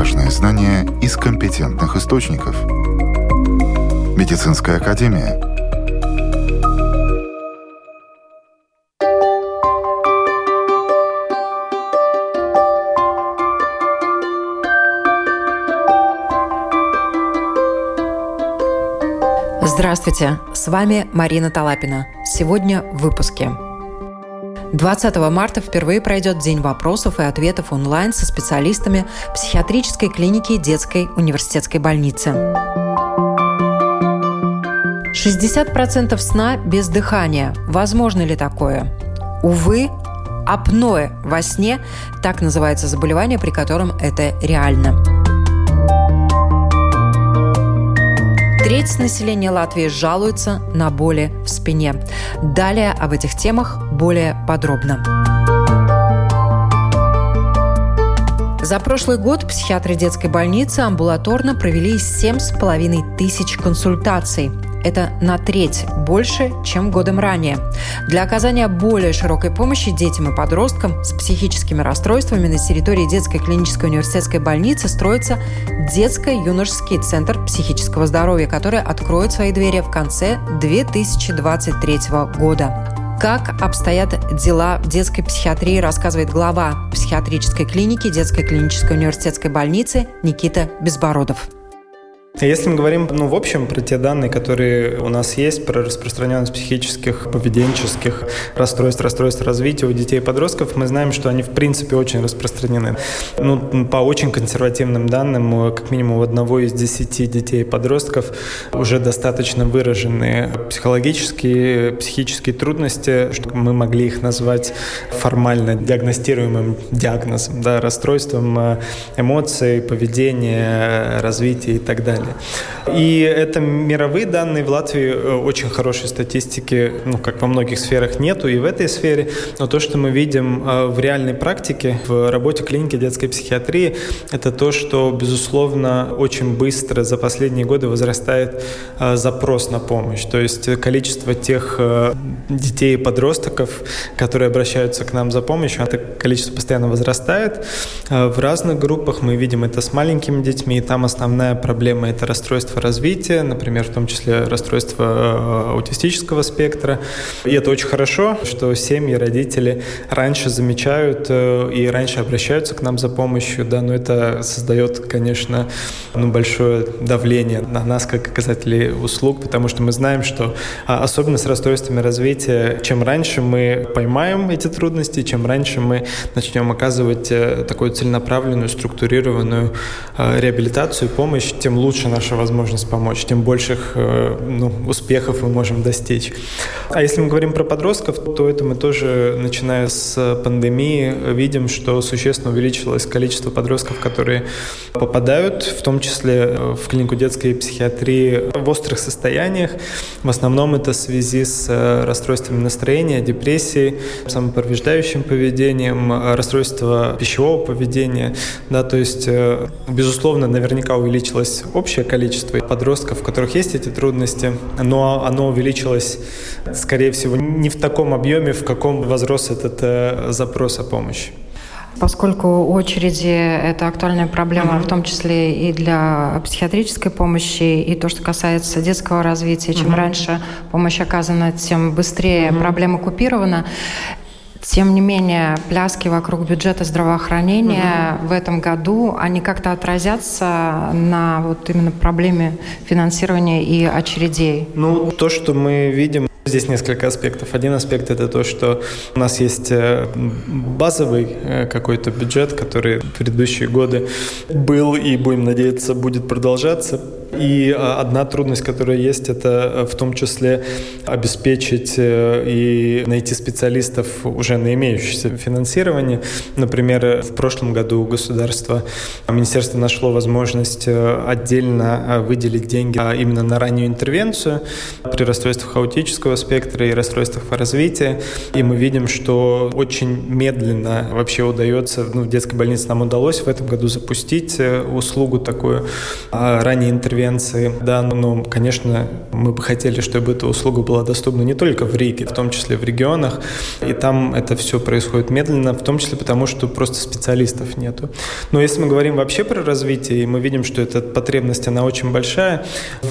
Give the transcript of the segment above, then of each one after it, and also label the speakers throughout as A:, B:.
A: важные знания из компетентных источников. Медицинская академия.
B: Здравствуйте, с вами Марина Талапина. Сегодня в выпуске. 20 марта впервые пройдет День вопросов и ответов онлайн со специалистами психиатрической клиники детской университетской больницы. 60% сна без дыхания. Возможно ли такое? Увы, апноэ во сне – так называется заболевание, при котором это реально. Треть населения Латвии жалуется на боли в спине. Далее об этих темах более подробно. За прошлый год психиатры детской больницы амбулаторно провели 7,5 тысяч консультаций. Это на треть больше, чем годом ранее. Для оказания более широкой помощи детям и подросткам с психическими расстройствами на территории детской клинической университетской больницы строится детско-юношеский центр психического здоровья, который откроет свои двери в конце 2023 года. Как обстоят дела в детской психиатрии, рассказывает глава психиатрической клиники детской клинической университетской больницы Никита Безбородов.
C: Если мы говорим, в общем, про те данные, которые у нас есть, про распространенность психических, поведенческих расстройств развития у детей и подростков, мы знаем, что они, в принципе, очень распространены. По очень консервативным данным, как минимум у 1 из 10 детей и подростков уже достаточно выраженные психологические, психические трудности, что мы могли их назвать формально диагностируемым диагнозом, расстройством эмоций, поведения, развития и так далее. И это мировые данные. В Латвии очень хорошей статистики, как во многих сферах, нету, и в этой сфере. Но то, что мы видим в реальной практике, в работе клиники детской психиатрии, это то, что, безусловно, очень быстро за последние годы возрастает запрос на помощь. То есть количество тех детей и подростков, которые обращаются к нам за помощью, это количество постоянно возрастает. В разных группах мы видим это с маленькими детьми, и там основная проблема — это расстройство развития, например, в том числе расстройство аутистического спектра. И это очень хорошо, что семьи, родители раньше замечают и раньше обращаются к нам за помощью, но это создает, конечно, большое давление на нас, как оказателей услуг, потому что мы знаем, что особенно с расстройствами развития, чем раньше мы поймаем эти трудности, чем раньше мы начнем оказывать такую целенаправленную, структурированную реабилитацию, помощь, тем лучше наша возможность помочь, тем больших успехов мы можем достичь. А если мы говорим про подростков, то это мы тоже, начиная с пандемии, видим, что существенно увеличилось количество подростков, которые попадают, в том числе в клинику детской психиатрии, в острых состояниях. В основном это в связи с расстройствами настроения, депрессией, самоповреждающим поведением, расстройство пищевого поведения. То есть, безусловно, наверняка увеличилось общее количество подростков, у которых есть эти трудности, но оно увеличилось, скорее всего, не в таком объеме, в каком возрос этот запрос о помощи.
B: Поскольку очереди – это актуальная проблема, в том числе и для психиатрической помощи, и то, что касается детского развития, чем раньше помощь оказана, тем быстрее проблема купирована. Тем не менее, пляски вокруг бюджета здравоохранения в этом году, они как-то отразятся на именно проблеме финансирования и очередей?
C: То, что мы видим, здесь несколько аспектов. Один аспект – это то, что у нас есть базовый какой-то бюджет, который в предыдущие годы был и, будем надеяться, будет продолжаться. И одна трудность, которая есть, это в том числе обеспечить и найти специалистов уже на имеющееся финансирование. Например, в прошлом году Министерство нашло возможность отдельно выделить деньги именно на раннюю интервенцию при расстройствах аутического спектра и расстройствах развития. И мы видим, что очень медленно вообще удается, в детской больнице нам удалось в этом году запустить услугу такую ранней интервенции конференции. Да, но, конечно, мы бы хотели, чтобы эта услуга была доступна не только в Риге, в том числе в регионах. И там это все происходит медленно, в том числе потому, что просто специалистов нету. Но если мы говорим вообще про развитие, и мы видим, что эта потребность, она очень большая,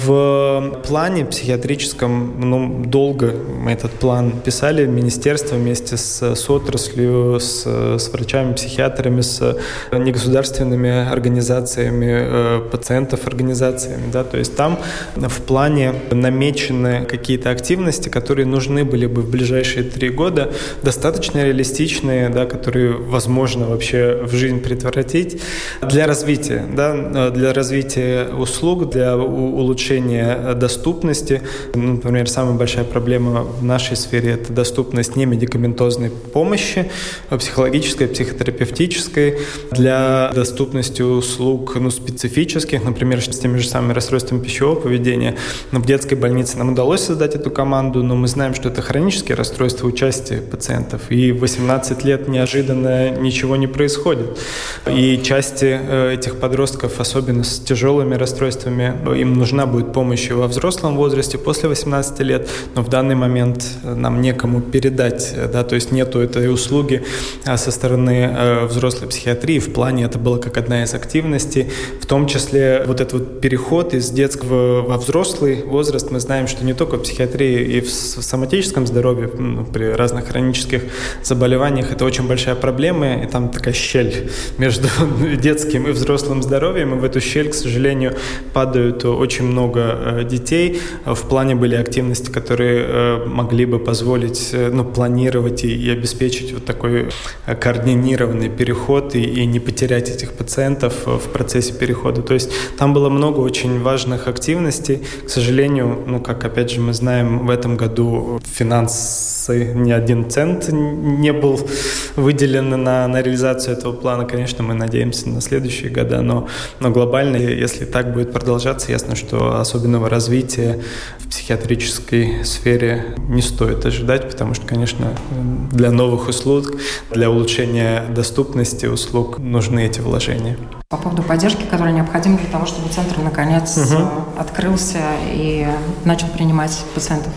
C: в плане психиатрическом, долго мы этот план писали, министерство вместе с отраслью, с врачами, психиатрами, с негосударственными организациями, пациентов организациями. Да? То есть там в плане намечены какие-то активности, которые нужны были бы в ближайшие 3 года, достаточно реалистичные, да, которые возможно вообще в жизнь превратить для развития, да, для развития услуг, для улучшения доступности. Например, самая большая проблема в нашей сфере – это доступность немедикаментозной помощи, психологической, психотерапевтической, для доступности услуг специфических, например, с теми же самыми расстройствами пищевого поведения. В детской больнице нам удалось создать эту команду, но мы знаем, что это хронические расстройства участия пациентов, и в 18 лет неожиданно ничего не происходит. И части этих подростков, особенно с тяжелыми расстройствами, им нужна будет помощь и во взрослом возрасте, после 18 лет, но в данный момент нам некому передать, да, то есть нету этой услуги со стороны взрослой психиатрии. В плане это было как одна из активностей, в том числе вот этот переход из детского во взрослый возраст. Мы знаем, что не только в психиатрии и в соматическом здоровье, при разных хронических заболеваниях это очень большая проблема, и там такая щель между детским и взрослым здоровьем, и в эту щель, к сожалению, падают очень много детей. В плане были активности, которые могли бы позволить планировать и обеспечить вот такой координированный переход и не потерять этих пациентов в процессе перехода. То есть там было много очень важных активностей. К сожалению, как опять же мы знаем, в этом году финансы, ни 1 цент не был выделен на реализацию этого плана. Конечно, мы надеемся на следующие года, но глобально, если так будет продолжаться, ясно, что особенного развития в психиатрической сфере не стоит ожидать, потому что, конечно, для новых услуг, для улучшения доступности услуг нужны эти вложения.
B: По поводу поддержки, которая необходима для того, чтобы центр наконец открылся и начал принимать пациентов.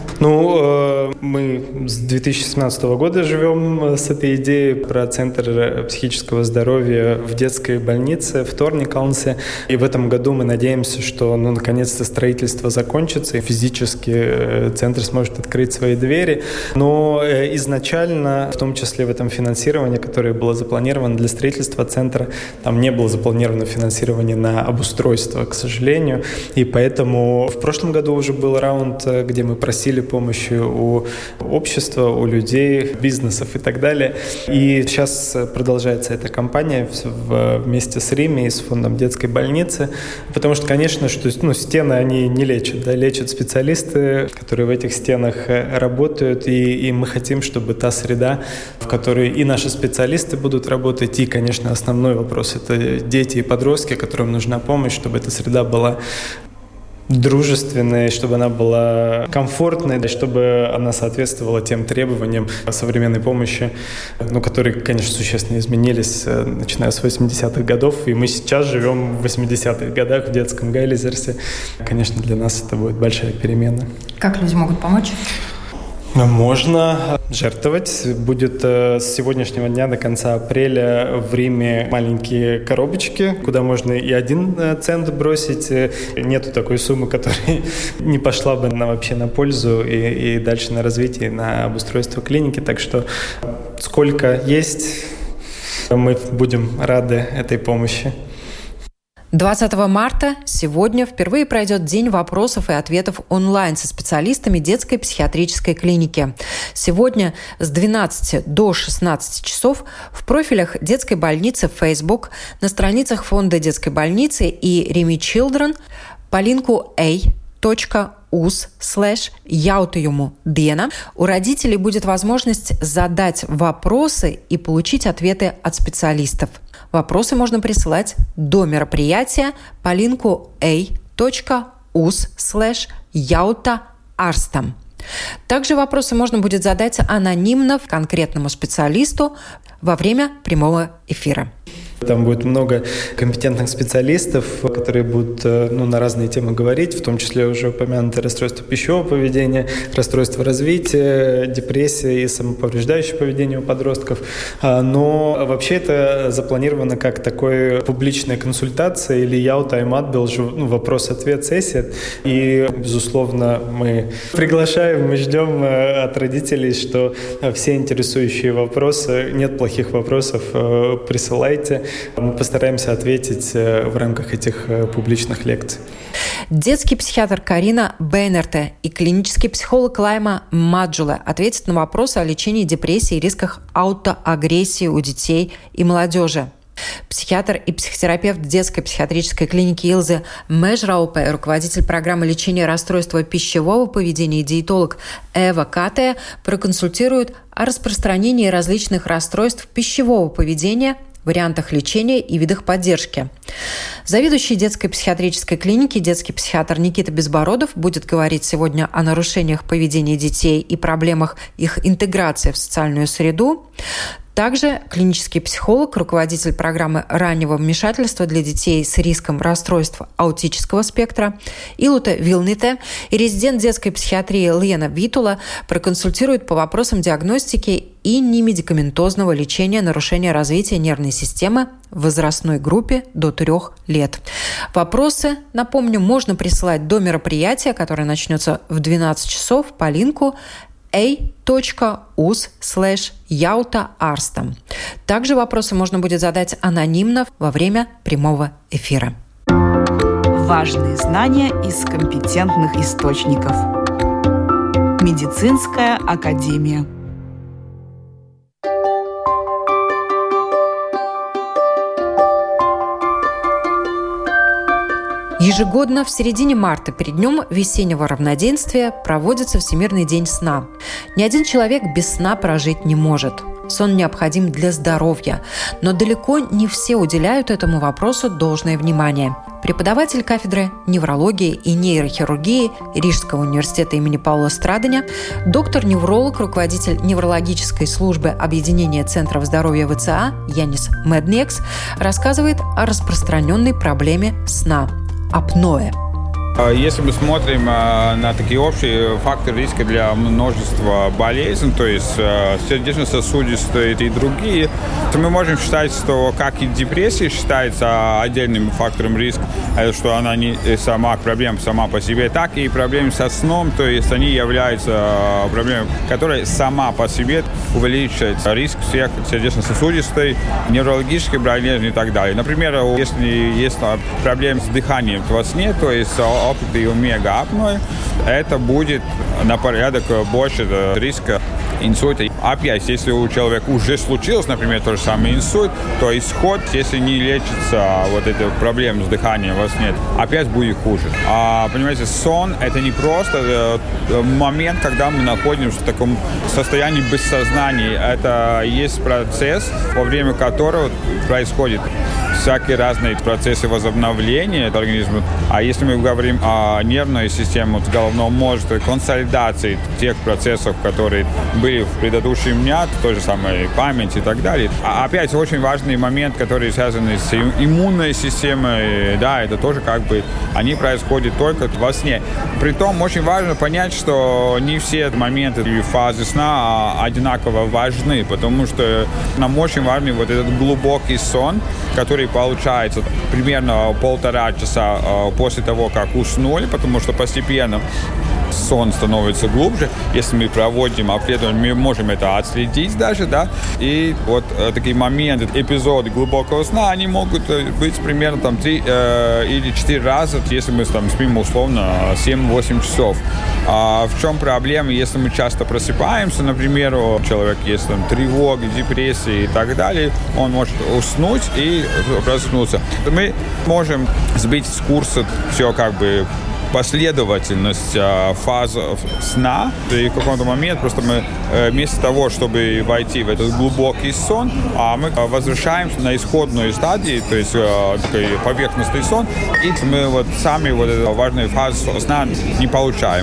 C: Мы с 2017 года живем с этой идеей про центр психического здоровья в детской больнице в Торникалнсе. И в этом году мы надеемся, что наконец-то строительство закончится и физически центр сможет открыть свои двери. Но изначально, в том числе в этом финансировании, которое было запланировано для строительства центра, там не было запланировано финансирование на обустройство, к сожалению. И поэтому в прошлом году уже был раунд, где мы просили помощи у общества, у людей, бизнесов и так далее. И сейчас продолжается эта кампания вместе с Риме и с фондом детской больницы. Потому что, конечно, стены они не лечат. Да, лечат специалисты, которые в этих стенах работают. И мы хотим, чтобы та среда, в которой и наши специалисты будут работать, и, конечно, основной вопрос – это дети и подростки, которым нужна помощь, чтобы эта среда была дружественной, чтобы она была комфортной, чтобы она соответствовала тем требованиям современной помощи, которые, конечно, существенно изменились, начиная с 80-х годов, и мы сейчас живем в 80-х годах в детском Гайлизерсе. Конечно, для нас это будет большая перемена.
B: Как люди могут помочь?
C: Можно жертвовать. Будет с сегодняшнего дня до конца апреля в Риме маленькие коробочки, куда можно и 1 цент бросить. Нету такой суммы, которая не пошла бы вообще на пользу и дальше на развитие, на обустройство клиники. Так что сколько есть, мы будем рады этой помощи.
B: 20 марта сегодня впервые пройдет день вопросов и ответов онлайн со специалистами детской психиатрической клиники. Сегодня с 12 до 16 часов в профилях детской больницы в Facebook, на страницах фонда детской больницы и Rimi Children по линку a.us/jautājuma diena у родителей будет возможность задать вопросы и получить ответы от специалистов. Вопросы можно присылать до мероприятия по линку a.us/jautājums. Также вопросы можно будет задать анонимно конкретному специалисту во время прямого эфира.
C: Там будет много компетентных специалистов, которые будут на разные темы говорить, в том числе уже упомянутые расстройства пищевого поведения, расстройства развития, депрессия и самоповреждающее поведение у подростков. Но вообще это запланировано как такой публичная консультация или Яута Аймат-Бел, вопрос-ответ сессия. И, безусловно, мы приглашаем, мы ждем от родителей, что все интересующие вопросы, нет плохих вопросов, присылайте. Мы постараемся ответить в рамках этих публичных лекций.
B: Детский психиатр Карина Бейнерте и клинический психолог Лайма Маджуле ответят на вопросы о лечении депрессии и рисках аутоагрессии у детей и молодежи. Психиатр и психотерапевт детской психиатрической клиники Илзе Межраупе, руководитель программы лечения расстройства пищевого поведения и диетолог Эва Катея проконсультируют о распространении различных расстройств пищевого поведения, вариантах лечения и видах поддержки. Заведующий детской психиатрической клиники детский психиатр Никита Безбородов будет говорить сегодня о нарушениях поведения детей и проблемах их интеграции в социальную среду. Также клинический психолог, руководитель программы раннего вмешательства для детей с риском расстройства аутического спектра Илута Вилните и резидент детской психиатрии Лена Витула проконсультируют по вопросам диагностики и немедикаментозного лечения нарушения развития нервной системы в возрастной группе до 3 лет. Вопросы, напомню, можно присылать до мероприятия, которое начнется в 12 часов по линку a.us/yautaarsta. Также вопросы можно будет задать анонимно во время прямого эфира.
D: Важные знания из компетентных источников. Медицинская академия.
B: Ежегодно в середине марта перед днем весеннего равноденствия проводится Всемирный день сна. Ни один человек без сна прожить не может. Сон необходим для здоровья, но далеко не все уделяют этому вопросу должное внимание. Преподаватель кафедры неврологии и нейрохирургии Рижского университета имени Паула Страденя, доктор-невролог, руководитель неврологической службы Объединения Центров здоровья ВЦА Янис Медниекс рассказывает о распространенной проблеме сна – апноэ.
E: Если мы смотрим на такие общие факторы риска для множества болезней, то есть сердечно-сосудистые и другие, то мы можем считать, что как и депрессия считается отдельным фактором риска, что она не сама проблема сама по себе, так и проблемы со сном, то есть они являются проблемой, которая сама по себе увеличивает риск всех сердечно-сосудистой, неврологической болезни и так далее. Например, если есть проблемы с дыханием во сне, то есть опыты омега-апноэ, это будет на порядок больше риска инсульта. Опять, если у человека уже случилось, например, тот же самый инсульт, то исход, если не лечится вот эта проблема с дыханием во сне, опять будет хуже. Понимаете, сон – это не просто момент, когда мы находимся в таком состоянии бессознания. Это есть процесс, во время которого происходит всякие разные процессы возобновления организма. А если мы говорим о нервной системе головного мозга, консолидации тех процессов, которые были в предыдущие дня, той же самой память и так далее. Опять очень важный момент, который связан с иммунной системой, да, это тоже как бы, они происходят только во сне. Притом очень важно понять, что не все моменты и фазы сна одинаково важны, потому что нам очень важен вот этот глубокий сон, который получается примерно 1,5 часа после того, как уснули, потому что постепенно сон становится глубже. Если мы проводим обследование, мы можем это отследить даже, да. И вот такие моменты, эпизоды глубокого сна, они могут быть примерно там 3 или 4 раза, если мы там спим условно 7-8 часов. А в чем проблема, если мы часто просыпаемся, например, у человека есть там тревога, депрессия и так далее, он может уснуть и проснуться. Мы можем сбить с курса все как бы последовательность фаз сна. И в какой-то момент просто мы вместо того, чтобы войти в этот глубокий сон, мы возвращаемся на исходную стадию, то есть такой поверхностный сон, и мы вот сами вот эту важную фазу сна не получаем.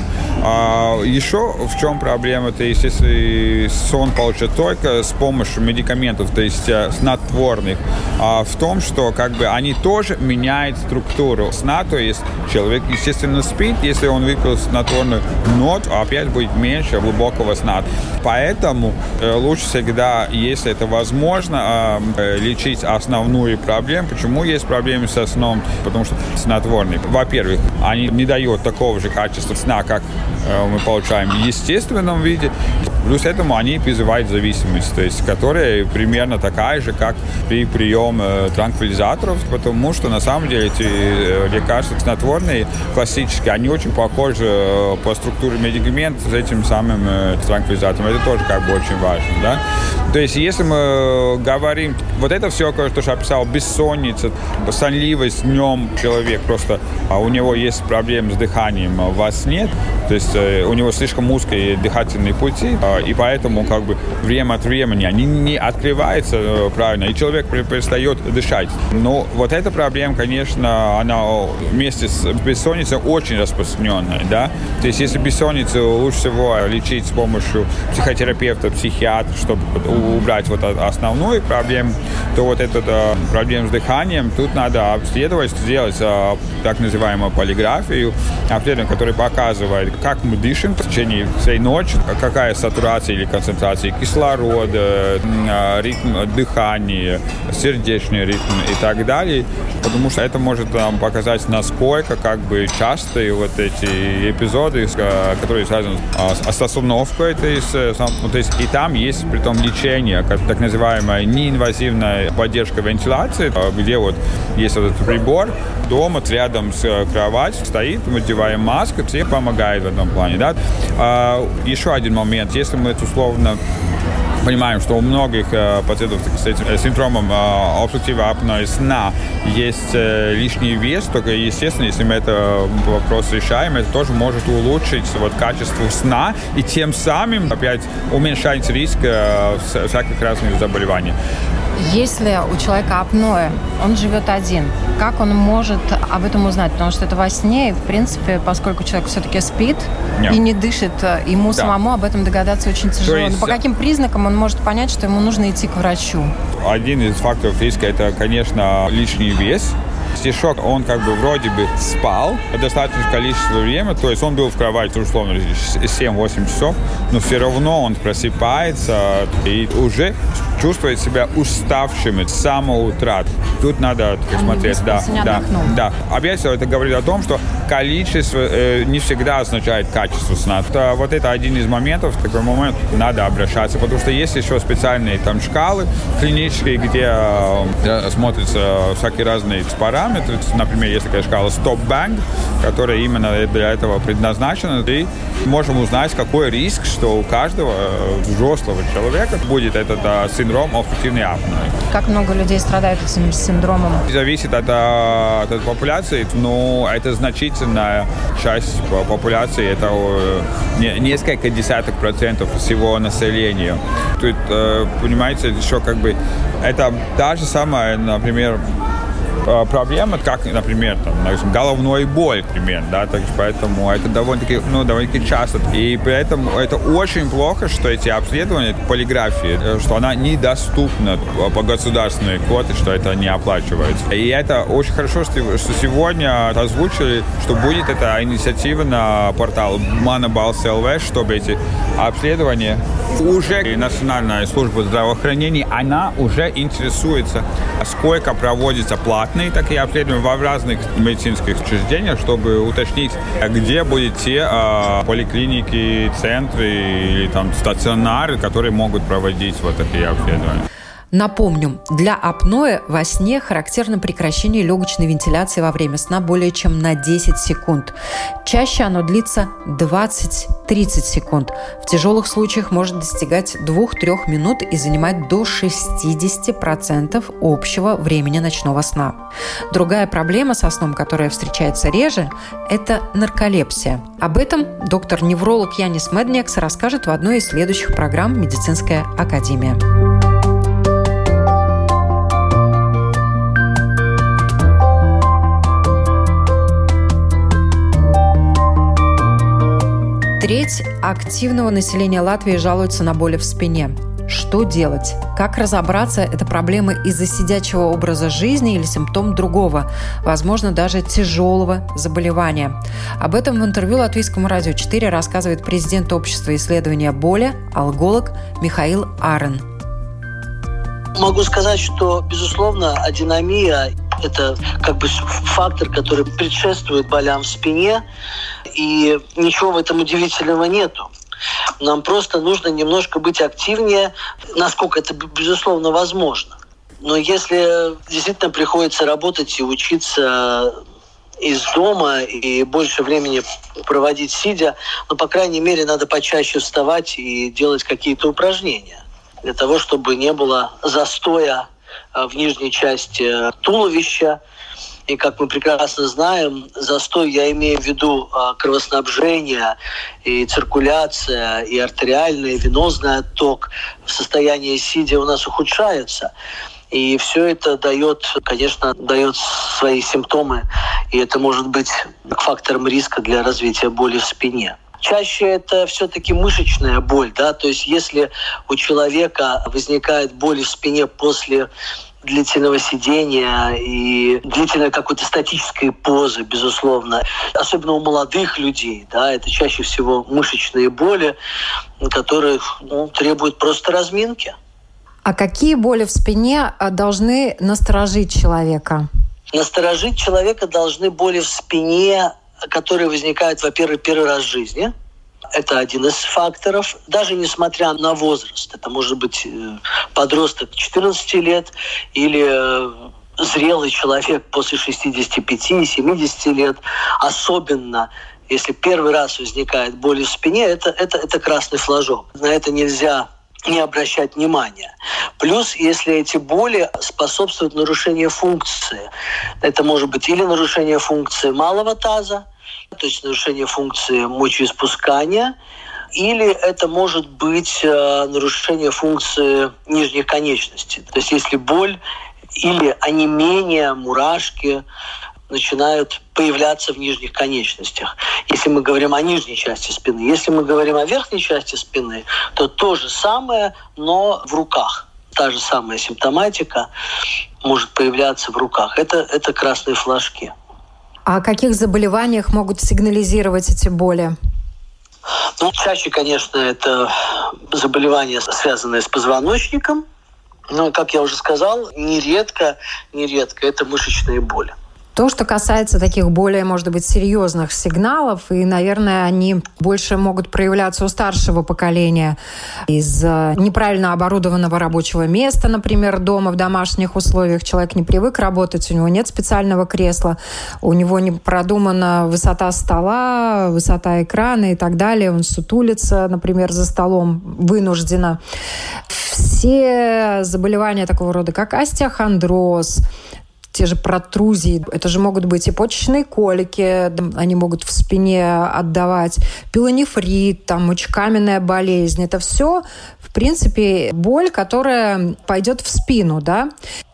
E: Еще в чем проблема? То есть если сон получат только с помощью медикаментов, то есть снотворных, в том, что как бы они тоже меняют структуру сна, то есть человек, естественно, спит, если он выпил снотворный, но опять будет меньше глубокого сна. Поэтому лучше всегда, если это возможно, лечить основную проблему. Почему есть проблемы со сном? Потому что снотворные, во-первых, они не дают такого же качества сна, как мы получаем в естественном виде. Плюс этому они вызывают зависимость, то есть, которая примерно такая же, как при приеме транквилизаторов, потому что на самом деле эти лекарства снотворные, классические, они очень похожи по структуре медикаментов с этим самым транквилизатором. Это тоже как бы очень важно, да? То есть, если мы говорим, вот это все, то, что я описал, бессонница, сонливость днем, человек просто, у него есть проблемы с дыханием во сне, то есть у него слишком узкие дыхательные пути, и поэтому как бы время от времени они не открываются правильно, и человек перестает дышать. Но вот эта проблема, конечно, она вместе с бессонницей очень распространенная, да. То есть если бессонницу лучше всего лечить с помощью психотерапевта, психиатра, чтобы убрать вот основную проблему, то вот эту проблему с дыханием тут надо обследовать, сделать так называемую полиграфию, обследование, которое показывает, как мы дышим в течение всей ночи, какая сатурация или концентрация кислорода, ритм дыхания, сердечный ритм и так далее, потому что это может нам показать, насколько как бы частые вот эти эпизоды, которые связаны с остановкой, то есть и там есть при том лечение, так называемая неинвазивная поддержка вентиляции, где вот есть вот этот прибор, дома рядом с кроватью стоит, мы одеваем маску, все помогает в этом плане, да. Еще один момент, если мы условно понимаем, что у многих пациентов с этим синдромом обструктивной апноэ сна есть лишний вес, только, естественно, если мы этот вопрос решаем, это тоже может улучшить вот качество сна и тем самым опять уменьшать риск всяких разных заболеваний.
B: Если у человека апноэ, он живет один, как он может об этом узнать? Потому что это во сне, и, в принципе, поскольку человек все-таки спит и не дышит, ему самому об этом догадаться очень тяжело. Есть... Но по каким признакам он может понять, что ему нужно идти к врачу?
E: Один из факторов риска – это, конечно, лишний вес. Стишок, он как бы вроде бы спал достаточное количество времени, то есть он был в кровати, условно, 7-8 часов, но все равно он просыпается и уже чувствует себя уставшим с самого утра. Тут надо смотреть. Да. Опять же, это говорит о том, что количество не всегда означает качество сна. Вот это один из моментов, в такой момент надо обращаться, потому что есть еще специальные там шкалы клинические, где смотрятся всякие разные параметры. Например, есть такая шкала Stop-Bang, которая именно для этого предназначена. И можем узнать, какой риск, что у каждого взрослого человека будет этот синдром обструктивной апноэ.
B: Как много людей страдают этим синдромом?
E: Зависит от популяции, но это значительная часть популяции, это несколько десяток процентов всего населения. Тут, понимаете, еще как бы это та же самая, например, проблема, как, например, там, головной боль, например, да, так, поэтому это довольно-таки часто. И поэтому это очень плохо, что эти обследования, полиграфия, что она недоступна по государственной квоте, что это не оплачивается. И это очень хорошо, что сегодня озвучили, что будет эта инициатива на портал Манабалс.лв, чтобы эти обследования уже Национальная служба здравоохранения, она уже интересуется, сколько проводится платные такие обследования в разных медицинских учреждениях, чтобы уточнить, где будут те поликлиники, центры или там стационары, которые могут проводить вот такие обследования.
B: Напомним, для апноэ во сне характерно прекращение легочной вентиляции во время сна более чем на 10 секунд. Чаще оно длится 20-30 секунд. В тяжелых случаях может достигать 2-3 минут и занимать до 60% общего времени ночного сна. Другая проблема со сном, которая встречается реже, это нарколепсия. Об этом доктор-невролог Янис Медниекс расскажет в одной из следующих программ «Медицинская академия». Треть активного населения Латвии жалуется на боли в спине. Что делать? Как разобраться, это проблема из-за сидячего образа жизни или симптом другого, возможно, даже тяжелого заболевания? Об этом в интервью Латвийскому радио 4 рассказывает президент общества исследования боли, алголог Михаил Арен.
F: Могу сказать, что, безусловно, адинамия – это фактор, который предшествует болям в спине, и ничего в этом удивительного нету. Нам просто нужно немножко быть активнее, насколько это, безусловно, возможно. Но если действительно приходится работать и учиться из дома и больше времени проводить сидя, по крайней мере, надо почаще вставать и делать какие-то упражнения для того, чтобы не было застоя в нижней части туловища. И, как мы прекрасно знаем, застой, я имею в виду кровоснабжение и циркуляция, и артериальный, и венозный отток в состоянии сидя у нас ухудшается. И все это дает свои симптомы, и это может быть фактором риска для развития боли в спине. Чаще это все-таки мышечная боль, да, то есть если у человека возникает боль в спине после длительного сидения и длительной какой-то статической позы, безусловно. Особенно у молодых людей, да, это чаще всего мышечные боли, которые требуют просто разминки.
B: А какие боли в спине должны насторожить человека?
F: Насторожить человека должны боли в спине, которые возникают, во-первых, первый раз в жизни. Это один из факторов, даже несмотря на возраст. Это может быть подросток 14 лет или зрелый человек после 65-70 лет. Особенно, если первый раз возникает боль в спине, это красный флажок. На это нельзя не обращать внимания. Плюс, если эти боли способствуют нарушению функции. Это может быть или нарушение функции малого таза, то есть нарушение функции мочеиспускания, или это может быть нарушение функции нижних конечностей. То есть если боль или онемение, мурашки начинают появляться в нижних конечностях. Если мы говорим о нижней части спины. Если мы говорим о верхней части спины, то то же самое, но в руках. Та же самая симптоматика может появляться в руках. Это красные флажки.
B: А о каких заболеваниях могут сигнализировать эти боли?
F: Чаще, конечно, это заболевания, связанные с позвоночником. Но, как я уже сказал, нередко это мышечные боли.
B: То, что касается таких более, может быть, серьезных сигналов, и, наверное, они больше могут проявляться у старшего поколения из неправильно оборудованного рабочего места, например, дома в домашних условиях. Человек не привык работать, у него нет специального кресла, у него не продумана высота стола, высота экрана и так далее. Он сутулится, например, за столом вынужденно. Все заболевания такого рода, как остеохондроз, те же протрузии, это же могут быть и почечные колики, они могут в спине отдавать, пилонефрит, мочекаменная болезнь. Это все, в принципе, боль, которая пойдет в спину, да?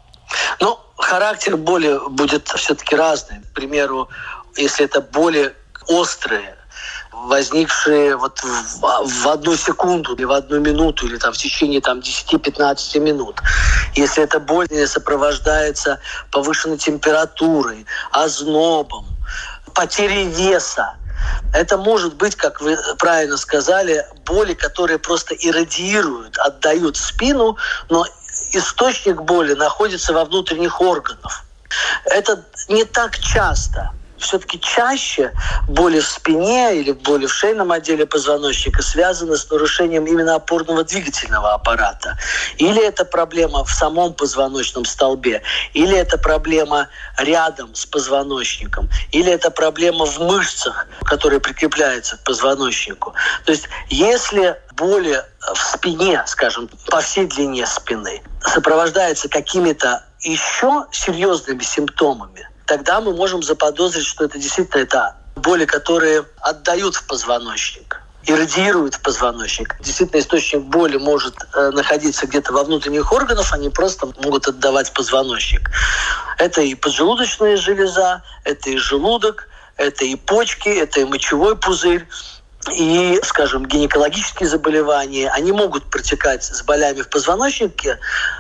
F: Характер боли будет все-таки разный. К примеру, если это боли острые, возникшие в одну секунду или в одну минуту, или в течение 10-15 минут. Если эта боль сопровождается повышенной температурой, ознобом, потерей веса, это может быть, как вы правильно сказали, боли, которые просто иррадиируют, отдают в спину, но источник боли находится во внутренних органах. Это не так часто все-таки чаще боли в спине или боли в шейном отделе позвоночника связаны с нарушением именно опорного двигательного аппарата. Или это проблема в самом позвоночном столбе, или это проблема рядом с позвоночником, или это проблема в мышцах, которые прикрепляются к позвоночнику. То есть если боли в спине, скажем, по всей длине спины, сопровождается какими-то еще серьезными симптомами, тогда мы можем заподозрить, что это действительно это боли, которые отдают в позвоночник и радиируют в позвоночник. Действительно, источник боли может находиться где-то во внутренних органах, они просто могут отдавать в позвоночник. Это и поджелудочная железа, это и желудок, это и почки, это и мочевой пузырь. И, скажем, гинекологические заболевания, они могут протекать с болями в позвоночнике,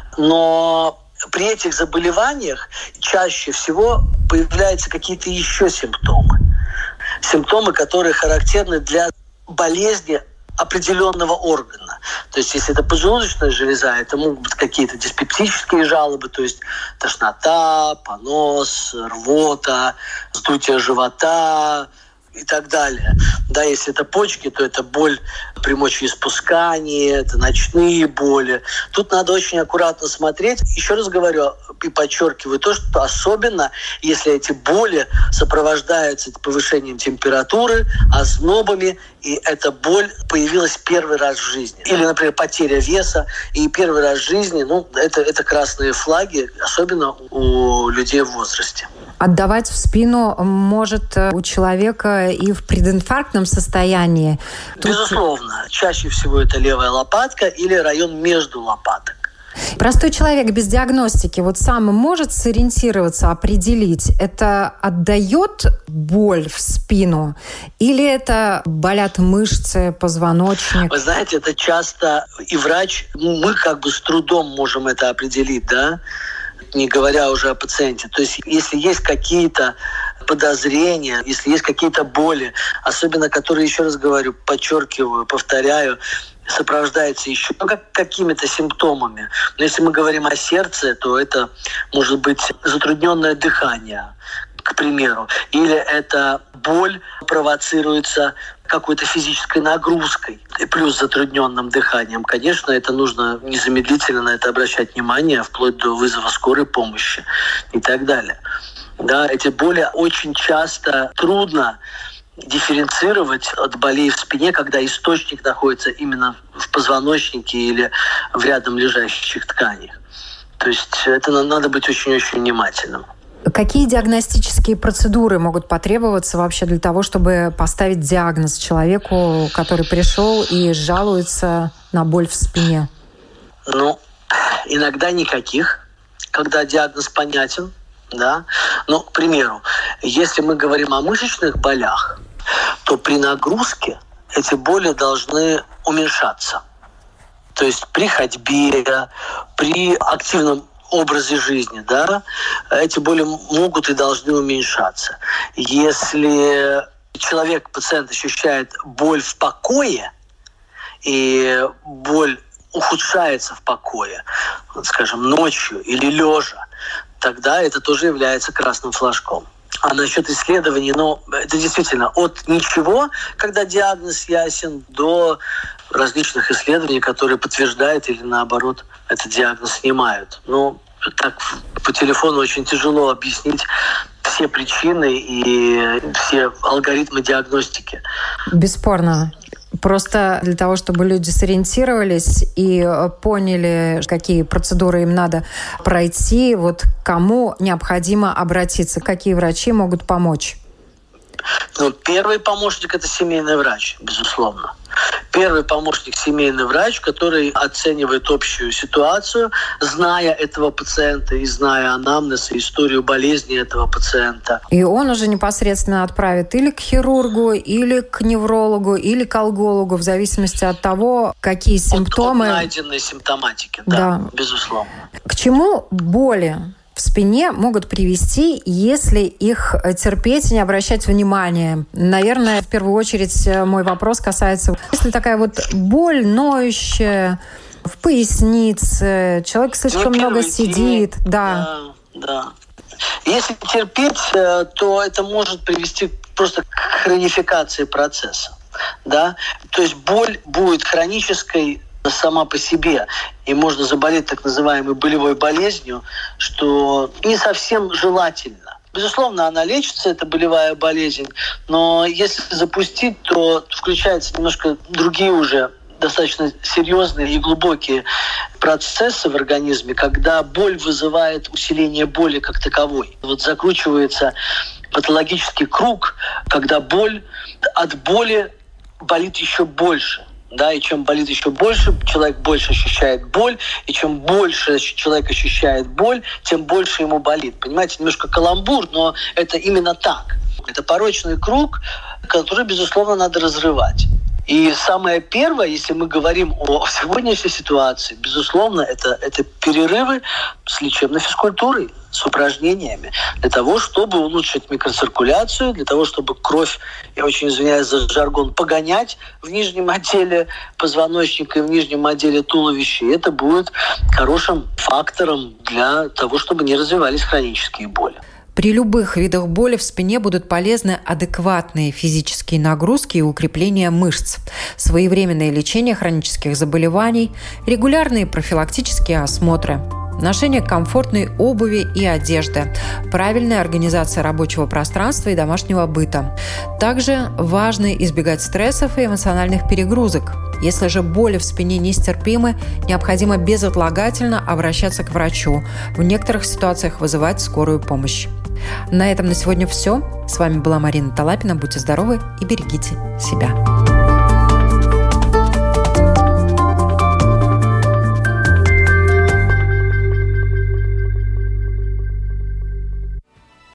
F: но при этих заболеваниях чаще всего появляются какие-то еще симптомы. Симптомы, которые характерны для болезни определенного органа. То есть, если это поджелудочная железа, это могут быть какие-то диспептические жалобы, то есть тошнота, понос, рвота, вздутие живота и так далее. Да, если это почки, то это боль при мочеиспускании, это ночные боли. Тут надо очень аккуратно смотреть. Еще раз говорю и подчеркиваю то, что особенно, если эти боли сопровождаются повышением температуры, ознобами, и эта боль появилась первый раз в жизни. Или, например, потеря веса, и первый раз в жизни, это красные флаги, особенно у людей в возрасте.
B: Отдавать в спину может у человека и в прединфарктном состоянии.
F: Безусловно. Чаще всего это левая лопатка или район между лопаток.
B: Простой человек без диагностики сам может сориентироваться, определить, это отдает боль в спину или это болят мышцы, позвоночник?
F: Вы знаете, это часто и врач, мы с трудом можем это определить, да? Не говоря уже о пациенте. То есть, если есть какие-то подозрения, если есть какие-то боли, особенно которые, еще раз говорю, подчеркиваю, повторяю, сопровождается еще какими-то симптомами. Но если мы говорим о сердце, то это может быть затрудненное дыхание, к примеру. Или эта боль провоцируется какой-то физической нагрузкой и плюс затрудненным дыханием. Конечно, это нужно незамедлительно на это обращать внимание, вплоть до вызова скорой помощи и так далее. Да, эти боли очень часто трудно дифференцировать от болей в спине, когда источник находится именно в позвоночнике или в рядом лежащих тканях. То есть это надо быть очень-очень внимательным.
B: Какие диагностические процедуры могут потребоваться вообще для того, чтобы поставить диагноз человеку, который пришел и жалуется на боль в спине?
F: Иногда никаких, когда диагноз понятен. Да? К примеру, если мы говорим о мышечных болях, то при нагрузке эти боли должны уменьшаться. То есть при ходьбе, при активном образе жизни, да, эти боли могут и должны уменьшаться. Если пациент ощущает боль в покое, и боль ухудшается в покое, скажем, ночью или лежа, тогда это тоже является красным флажком. А насчет исследований, это действительно от ничего, когда диагноз ясен, до различных исследований, которые подтверждают или наоборот этот диагноз снимают. Так по телефону очень тяжело объяснить все причины и все алгоритмы диагностики.
B: Бесспорно. Просто для того, чтобы люди сориентировались и поняли, какие процедуры им надо пройти, к кому необходимо обратиться, какие врачи могут помочь?
F: Первый помощник – это семейный врач, безусловно. Первый помощник – семейный врач, который оценивает общую ситуацию, зная этого пациента и зная анамнез и историю болезни этого пациента.
B: И он уже непосредственно отправит или к хирургу, или к неврологу, или к алгологу, в зависимости от того, какие симптомы...
F: От найденной симптоматики, да, безусловно.
B: К чему боли в спине могут привести, если их терпеть и не обращать внимания? Наверное, в первую очередь мой вопрос касается, если такая боль ноющая в пояснице, человек слишком много сидит.
F: Да. Если терпеть, то это может привести просто к хронификации процесса. Да? То есть боль будет хронической сама по себе, и можно заболеть так называемой болевой болезнью, что не совсем желательно. Безусловно, она лечится, это болевая болезнь, но если запустить, то включаются немножко другие уже достаточно серьезные и глубокие процессы в организме, когда боль вызывает усиление боли как таковой. Вот закручивается патологический круг, когда боль от боли болит еще больше. Да, и чем болит еще больше, человек больше ощущает боль, и чем больше человек ощущает боль, тем больше ему болит. Понимаете, немножко каламбур, но это именно так. Это порочный круг, который, безусловно, надо разрывать. И самое первое, если мы говорим о сегодняшней ситуации, безусловно, это перерывы с лечебной физкультурой, с упражнениями, для того, чтобы улучшить микроциркуляцию, для того, чтобы кровь, я очень извиняюсь за жаргон, погонять в нижнем отделе позвоночника и в нижнем отделе туловища. И это будет хорошим фактором для того, чтобы не развивались хронические боли.
B: При любых видах боли в спине будут полезны адекватные физические нагрузки и укрепление мышц, своевременное лечение хронических заболеваний, регулярные профилактические осмотры, ношение комфортной обуви и одежды, правильная организация рабочего пространства и домашнего быта. Также важно избегать стрессов и эмоциональных перегрузок. Если же боли в спине нестерпимы, необходимо безотлагательно обращаться к врачу, в некоторых ситуациях вызывать скорую помощь. На этом на сегодня все. С вами была Марина Талапина. Будьте здоровы и берегите себя.